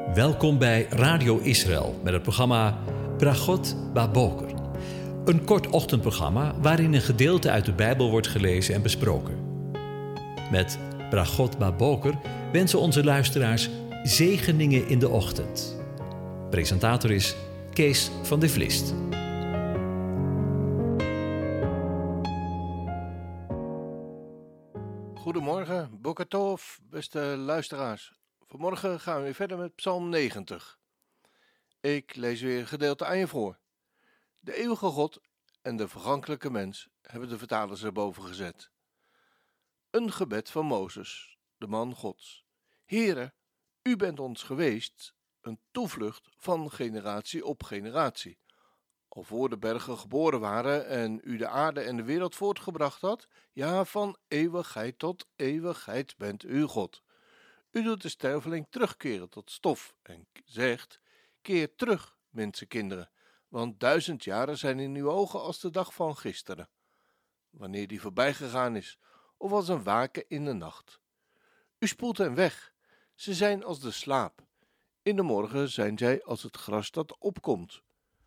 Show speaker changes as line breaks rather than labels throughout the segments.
Welkom bij Radio Israël met het programma Bragot Baboker. Een kort ochtendprogramma waarin een gedeelte uit de Bijbel wordt gelezen en besproken. Met Bragot Baboker wensen onze luisteraars zegeningen in de ochtend. Presentator is Kees van de Vlist.
Goedemorgen, Boker Tov, beste luisteraars. Vanmorgen gaan we weer verder met Psalm 90. Ik lees weer een gedeelte aan je voor. De eeuwige God en de vergankelijke mens hebben de vertalers erboven gezet. Een gebed van Mozes, de man Gods. Heere, u bent ons geweest, een toevlucht van generatie op generatie. Al voor de bergen geboren waren en u de aarde en de wereld voortgebracht had, ja, van eeuwigheid tot eeuwigheid bent u God. U doet de sterveling terugkeren tot stof en zegt, keer terug, mensenkinderen, want 1000 jaren zijn in uw ogen als de dag van gisteren, wanneer die voorbij gegaan is, of als een waken in de nacht. U spoelt hen weg, ze zijn als de slaap. In de morgen zijn zij als het gras dat opkomt.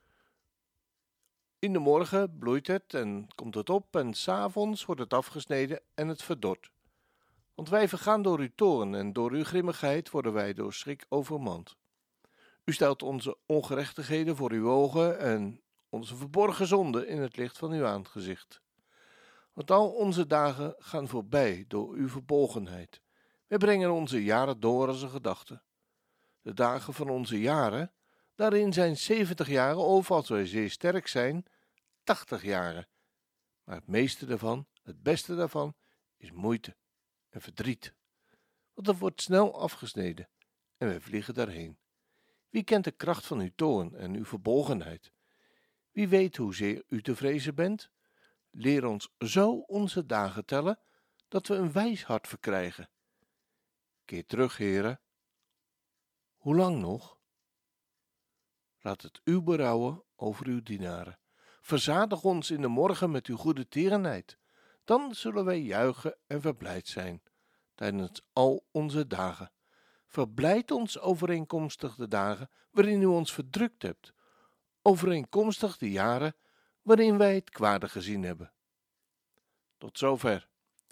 In de morgen bloeit het en komt het op en 's avonds wordt het afgesneden en het verdort. Want wij vergaan door uw toorn en door uw grimmigheid worden wij door schrik overmand. U stelt onze ongerechtigheden voor uw ogen en onze verborgen zonden in het licht van uw aangezicht. Want al onze dagen gaan voorbij door uw verbolgenheid. Wij brengen onze jaren door als een gedachte. De dagen van onze jaren, daarin zijn 70 jaren of als wij zeer sterk zijn, 80 jaren. Maar het meeste daarvan, het beste daarvan, is moeite en verdriet. Want dat wordt snel afgesneden en wij vliegen daarheen. Wie kent de kracht van uw toorn en uw verbolgenheid? Wie weet hoezeer u te vrezen bent? Leer ons zo onze dagen tellen, dat we een wijs hart verkrijgen. Keer terug, Heere. Hoe lang nog? Laat het u berouwen over uw dienaren. Verzadig ons in de morgen met uw goede tierenheid. Dan zullen wij juichen en verblijd zijn tijdens al onze dagen. Verblijd ons overeenkomstig de dagen waarin u ons verdrukt hebt, overeenkomstig de jaren waarin wij het kwade gezien hebben. Tot zover.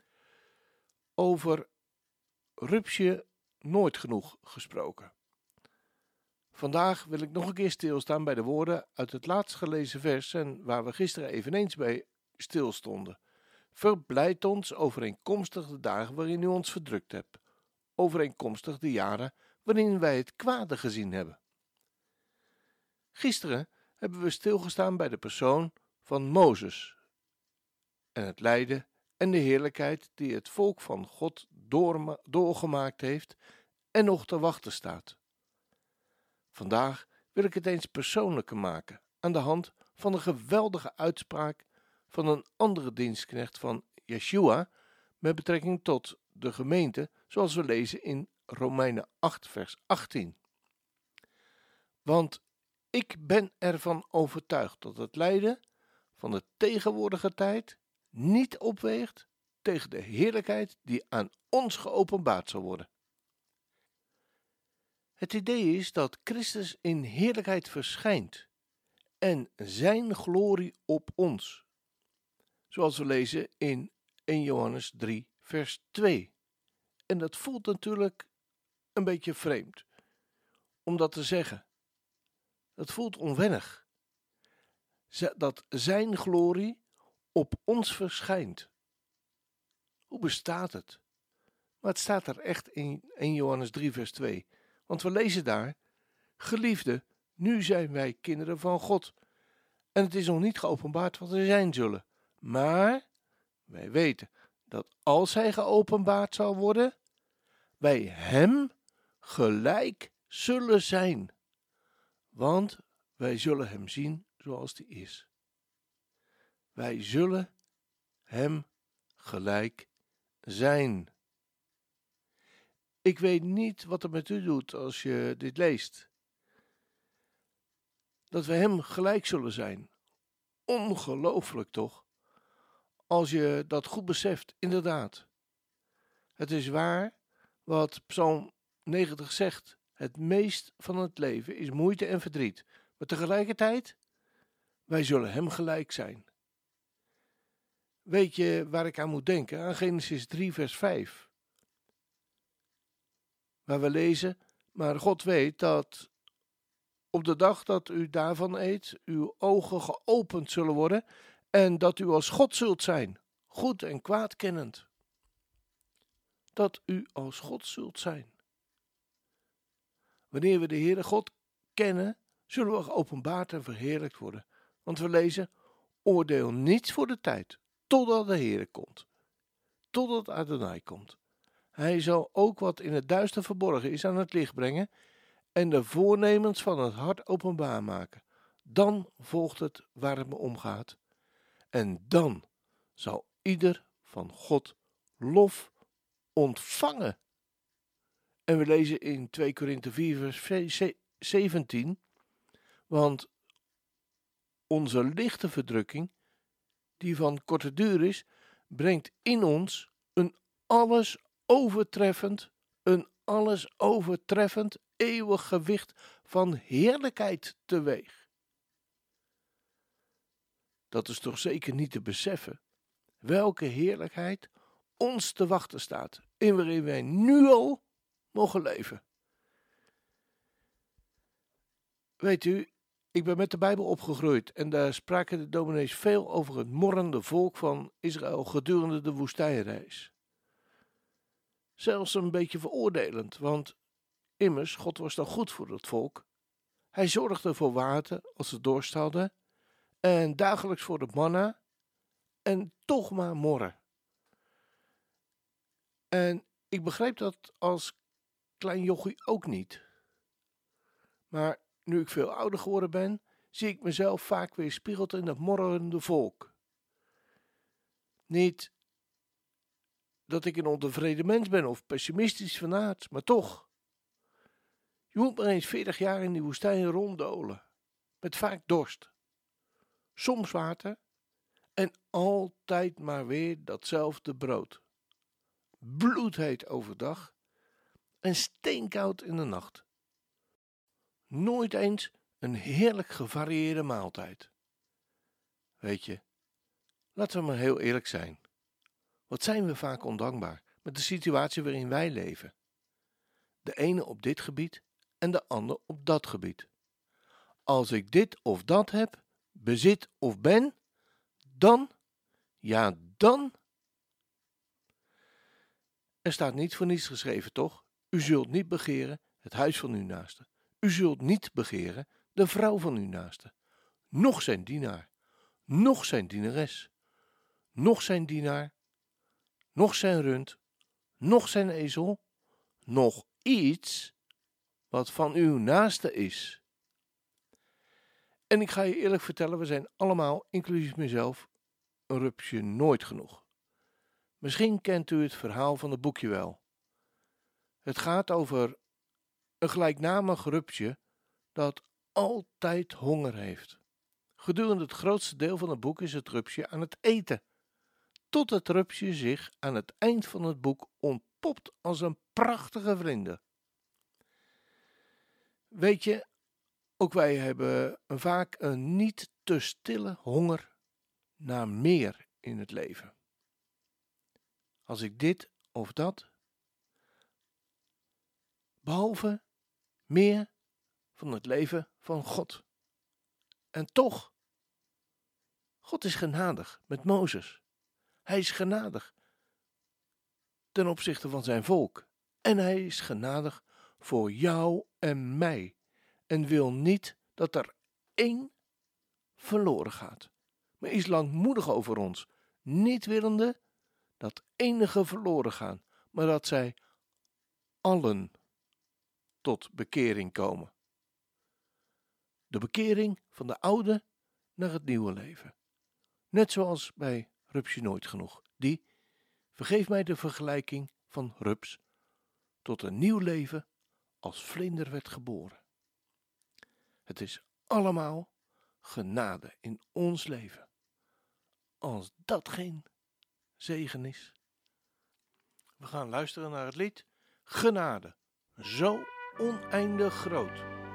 Over rupsje nooit genoeg gesproken. Vandaag wil ik nog een keer stilstaan bij de woorden uit het laatst gelezen vers en waar we gisteren eveneens bij stilstonden. Verblijd ons overeenkomstig de dagen waarin u ons verdrukt hebt, overeenkomstig de jaren waarin wij het kwade gezien hebben. Gisteren hebben we stilgestaan bij de persoon van Mozes en het lijden en de heerlijkheid die het volk van God doorgemaakt heeft en nog te wachten staat. Vandaag wil ik het eens persoonlijker maken aan de hand van een geweldige uitspraak van een andere dienstknecht van Yeshua met betrekking tot de gemeente, zoals we lezen in Romeinen 8 vers 18. Want ik ben ervan overtuigd dat het lijden van de tegenwoordige tijd niet opweegt tegen de heerlijkheid die aan ons geopenbaard zal worden. Het idee is dat Christus in heerlijkheid verschijnt en zijn glorie op ons, zoals we lezen in 1 Johannes 3 vers 2. En dat voelt natuurlijk een beetje vreemd om dat te zeggen. Dat voelt onwennig. Dat zijn glorie op ons verschijnt. Hoe bestaat het? Maar het staat er echt in 1 Johannes 3 vers 2. Want we lezen daar, geliefde, nu zijn wij kinderen van God. En het is nog niet geopenbaard wat we zijn zullen. Maar wij weten dat als hij geopenbaard zal worden, wij hem gelijk zullen zijn. Want wij zullen hem zien zoals hij is. Wij zullen hem gelijk zijn. Ik weet niet wat het met u doet als je dit leest. Dat we hem gelijk zullen zijn. Ongelooflijk toch? Als je dat goed beseft, inderdaad. Het is waar wat Psalm 90 zegt. Het meest van het leven is moeite en verdriet, maar tegelijkertijd, wij zullen hem gelijk zijn. Weet je waar ik aan moet denken? Aan Genesis 3 vers 5. Waar we lezen, maar God weet dat op de dag dat u daarvan eet, uw ogen geopend zullen worden en dat u als God zult zijn, goed en kwaad kennend. Dat u als God zult zijn. Wanneer we de Heere God kennen, zullen we geopenbaard en verheerlijkt worden. Want we lezen, oordeel niets voor de tijd, totdat de Heere komt. Totdat Adonai komt. Hij zal ook wat in het duister verborgen is aan het licht brengen en de voornemens van het hart openbaar maken. Dan volgt het waar het me om gaat. En dan zal ieder van God lof ontvangen. En we lezen in 2 Korinthe 4 vers 17, want onze lichte verdrukking, die van korte duur is, brengt in ons een alles overtreffend eeuwig gewicht van heerlijkheid teweeg. Dat is toch zeker niet te beseffen welke heerlijkheid ons te wachten staat, in waarin wij nu al mogen leven. Weet u, ik ben met de Bijbel opgegroeid en daar spraken de dominees veel over het morrende volk van Israël gedurende de woestijnreis. Zelfs een beetje veroordelend, want immers, God was dan goed voor het volk. Hij zorgde voor water als ze dorst hadden en dagelijks voor de manna en toch maar morren. En ik begreep dat als klein jochie ook niet. Maar nu ik veel ouder geworden ben, zie ik mezelf vaak weer spiegeld in dat morrende volk. Niet dat ik een ontevreden mens ben of pessimistisch van aard, maar toch. Je moet maar eens 40 jaar in die woestijn ronddolen, met vaak dorst, soms water en altijd maar weer datzelfde brood. Bloedheet overdag en steenkoud in de nacht. Nooit eens een heerlijk gevarieerde maaltijd. Weet je, laten we maar heel eerlijk zijn. Wat zijn we vaak ondankbaar met de situatie waarin wij leven. De ene op dit gebied en de ander op dat gebied. Als ik dit of dat heb, bezit of ben, dan, ja dan. Er staat niet voor niets geschreven, toch? U zult niet begeren het huis van uw naaste. U zult niet begeren de vrouw van uw naaste. Noch zijn dienaar, noch zijn dienares, noch zijn dienaar, noch zijn rund, noch zijn ezel, noch iets wat van uw naaste is. En ik ga je eerlijk vertellen, we zijn allemaal, inclusief mezelf, een rupsje nooit genoeg. Misschien kent u het verhaal van het boekje wel. Het gaat over een gelijknamig rupsje dat altijd honger heeft. Gedurende het grootste deel van het boek is het rupsje aan het eten, tot het rupsje zich aan het eind van het boek ontpopt als een prachtige vlinder. Weet je, ook wij hebben vaak een niet te stille honger naar meer in het leven. Als ik dit of dat, behalve meer van het leven van God. En toch, God is genadig met Mozes. Hij is genadig ten opzichte van zijn volk. En hij is genadig voor jou en mij. En wil niet dat er één verloren gaat. Maar is langmoedig over ons. Niet willende dat enige verloren gaan. Maar dat zij allen tot bekering komen. De bekering van de oude naar het nieuwe leven. Net zoals bij Rupsje Nooit Genoeg. Die, vergeef mij de vergelijking van Rups, tot een nieuw leven als vlinder werd geboren. Het is allemaal genade in ons leven. Als dat geen zegen is. We gaan luisteren naar het lied Genade. Zo oneindig groot.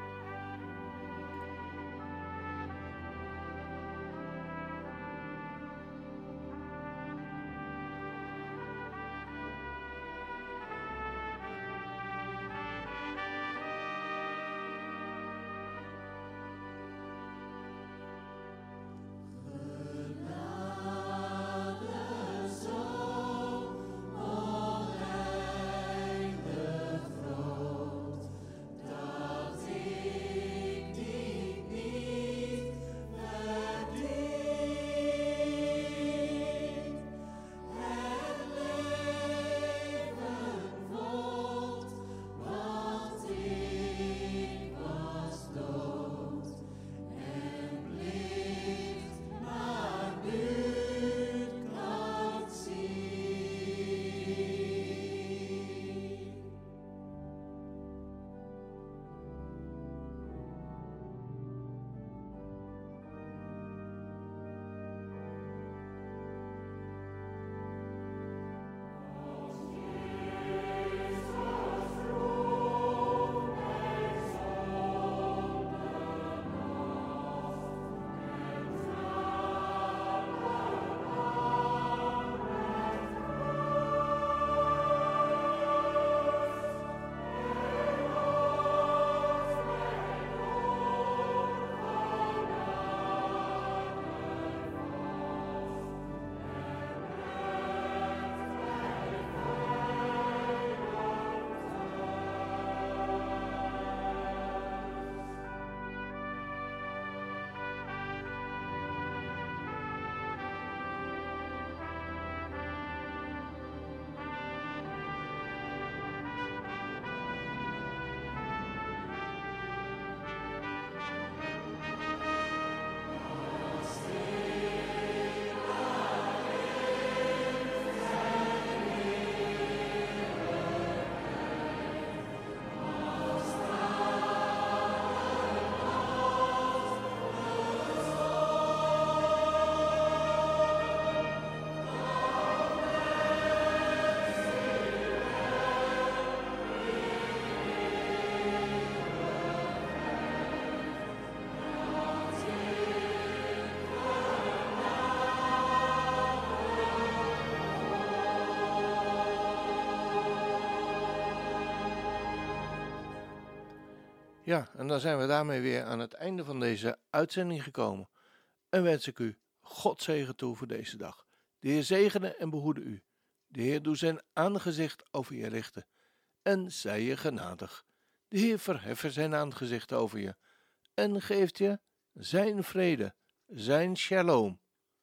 Ja, en dan zijn we daarmee weer aan het einde van deze uitzending gekomen. En wens ik u God zegen toe voor deze dag. De Heer zegene en behoede u. De Heer doet zijn aangezicht over je richten en zij je genadig. De Heer verheffen zijn aangezicht over je en geeft je zijn vrede, zijn shalom.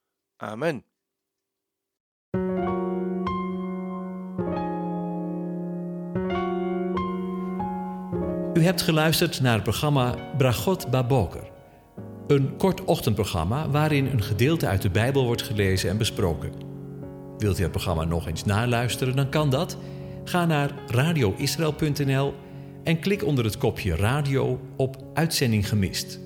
Amen.
U hebt geluisterd naar het programma Bragot Baboker. Een kort ochtendprogramma waarin een gedeelte uit de Bijbel wordt gelezen en besproken. Wilt u het programma nog eens naluisteren, dan kan dat. Ga naar radioisrael.nl en klik onder het kopje radio op Uitzending gemist.